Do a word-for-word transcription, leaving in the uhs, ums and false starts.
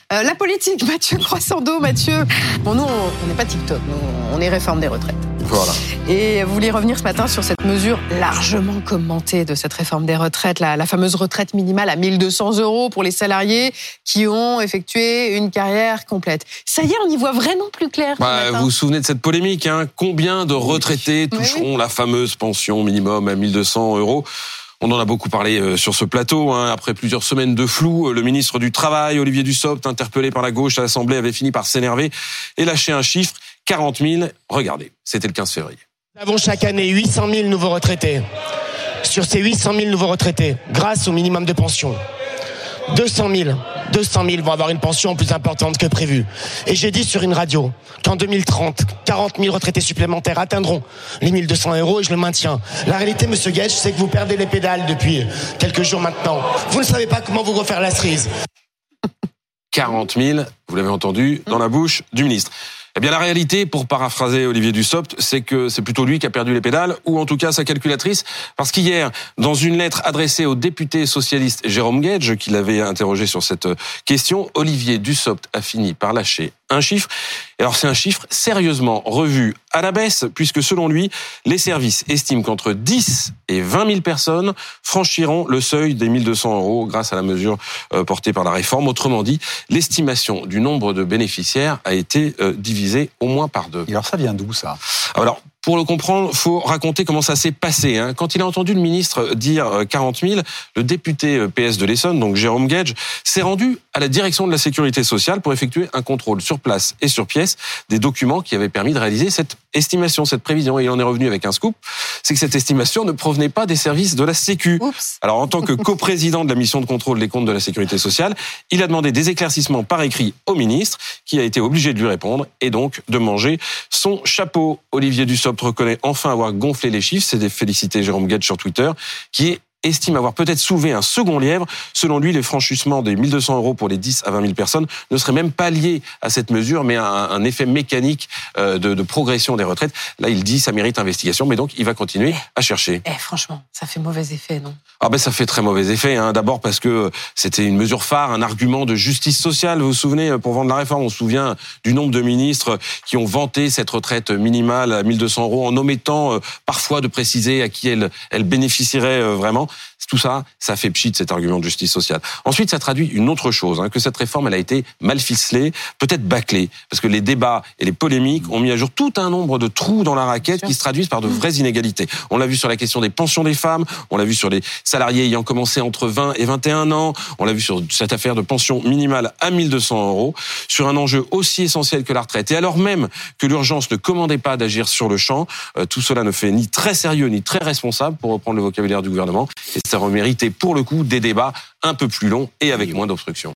Euh, la politique, Mathieu Croissando, Mathieu. Bon, nous, on n'est pas TikTok, nous, on est réforme des retraites. Voilà. Et vous voulez revenir ce matin sur cette mesure largement commentée de cette réforme des retraites, la, la fameuse retraite minimale à mille deux cents euros pour les salariés qui ont effectué une carrière complète. Ça y est, on y voit vraiment plus clair. Bah, vous vous souvenez de cette polémique, hein ? Combien de retraités oui. toucheront oui. la fameuse pension minimum à mille deux cents euros ? On en a beaucoup parlé sur ce plateau. Hein. Après plusieurs semaines de flou, le ministre du Travail, Olivier Dussopt, interpellé par la gauche à l'Assemblée, avait fini par s'énerver et lâcher un chiffre, quarante mille. Regardez, c'était le quinze février. Nous avons chaque année huit cent mille nouveaux retraités. Sur ces huit cent mille nouveaux retraités, grâce au minimum de pension, deux cent mille, deux cent mille vont avoir une pension plus importante que prévu. Et j'ai dit sur une radio qu'en deux mille trente, quarante mille retraités supplémentaires atteindront les mille deux cents euros et je le maintiens. La réalité, monsieur Guedj, c'est que vous perdez les pédales depuis quelques jours maintenant. Vous ne savez pas comment vous refaire la cerise. quarante mille, vous l'avez entendu, dans la bouche du ministre. Eh bien, la réalité, pour paraphraser Olivier Dussopt, c'est que c'est plutôt lui qui a perdu les pédales, ou en tout cas sa calculatrice, parce qu'hier, dans une lettre adressée au député socialiste Jérôme Guedj, qui l'avait interrogé sur cette question, Olivier Dussopt a fini par lâcher un chiffre. Et alors, c'est un chiffre sérieusement revu à la baisse, puisque selon lui, les services estiment qu'entre dix et vingt mille personnes franchiront le seuil des mille deux cents euros grâce à la mesure portée par la réforme. Autrement dit, l'estimation du nombre de bénéficiaires a été divisée au moins par deux. Et alors, ça vient d'où, ça ? Alors, pour le comprendre, faut raconter comment ça s'est passé. Hein. Quand il a entendu le ministre dire quarante mille, le député P S de l'Essonne, donc Jérôme Guedj, s'est rendu à la direction de la sécurité sociale pour effectuer un contrôle sur place et sur pièce des documents qui avaient permis de réaliser cette estimation, cette prévision. Et il en est revenu avec un scoop, c'est que cette estimation ne provenait pas des services de la Sécu. Oups. Alors, en tant que coprésident de la mission de contrôle des comptes de la sécurité sociale, il a demandé des éclaircissements par écrit au ministre, qui a été obligé de lui répondre et donc de manger son chapeau. Olivier Dussopt reconnaît enfin avoir gonflé les chiffres, c'est de féliciter Jérôme Guedj sur Twitter, qui est estime avoir peut-être soulevé un second lièvre. Selon lui, les franchissements des mille deux cents euros pour les dix à vingt mille personnes ne seraient même pas liés à cette mesure, mais à un, un effet mécanique de, de progression des retraites. Là, il dit ça mérite investigation, mais donc il va continuer à chercher. Eh, franchement, ça fait mauvais effet, non ? Ah ben ça fait très mauvais effet. Hein. D'abord parce que c'était une mesure phare, un argument de justice sociale. Vous vous souvenez, pour vendre la réforme, on se souvient du nombre de ministres qui ont vanté cette retraite minimale à mille deux cents euros en omettant euh, parfois de préciser à qui elle, elle bénéficierait euh, vraiment. Tout ça, ça fait pchit cet argument de justice sociale. Ensuite, ça traduit une autre chose, hein, que cette réforme, elle a été mal ficelée, peut-être bâclée, parce que les débats et les polémiques ont mis à jour tout un nombre de trous dans la raquette qui se traduisent par de vraies inégalités. On l'a vu sur la question des pensions des femmes, on l'a vu sur les salariés ayant commencé entre vingt et vingt et un ans, on l'a vu sur cette affaire de pension minimale à mille deux cents euros, sur un enjeu aussi essentiel que la retraite. Et alors même que l'urgence ne commandait pas d'agir sur le champ, euh, tout cela ne fait ni très sérieux ni très responsable, pour reprendre le vocabulaire du gouvernement, et ça aurait mérité pour le coup des débats un peu plus longs et avec moins d'obstruction.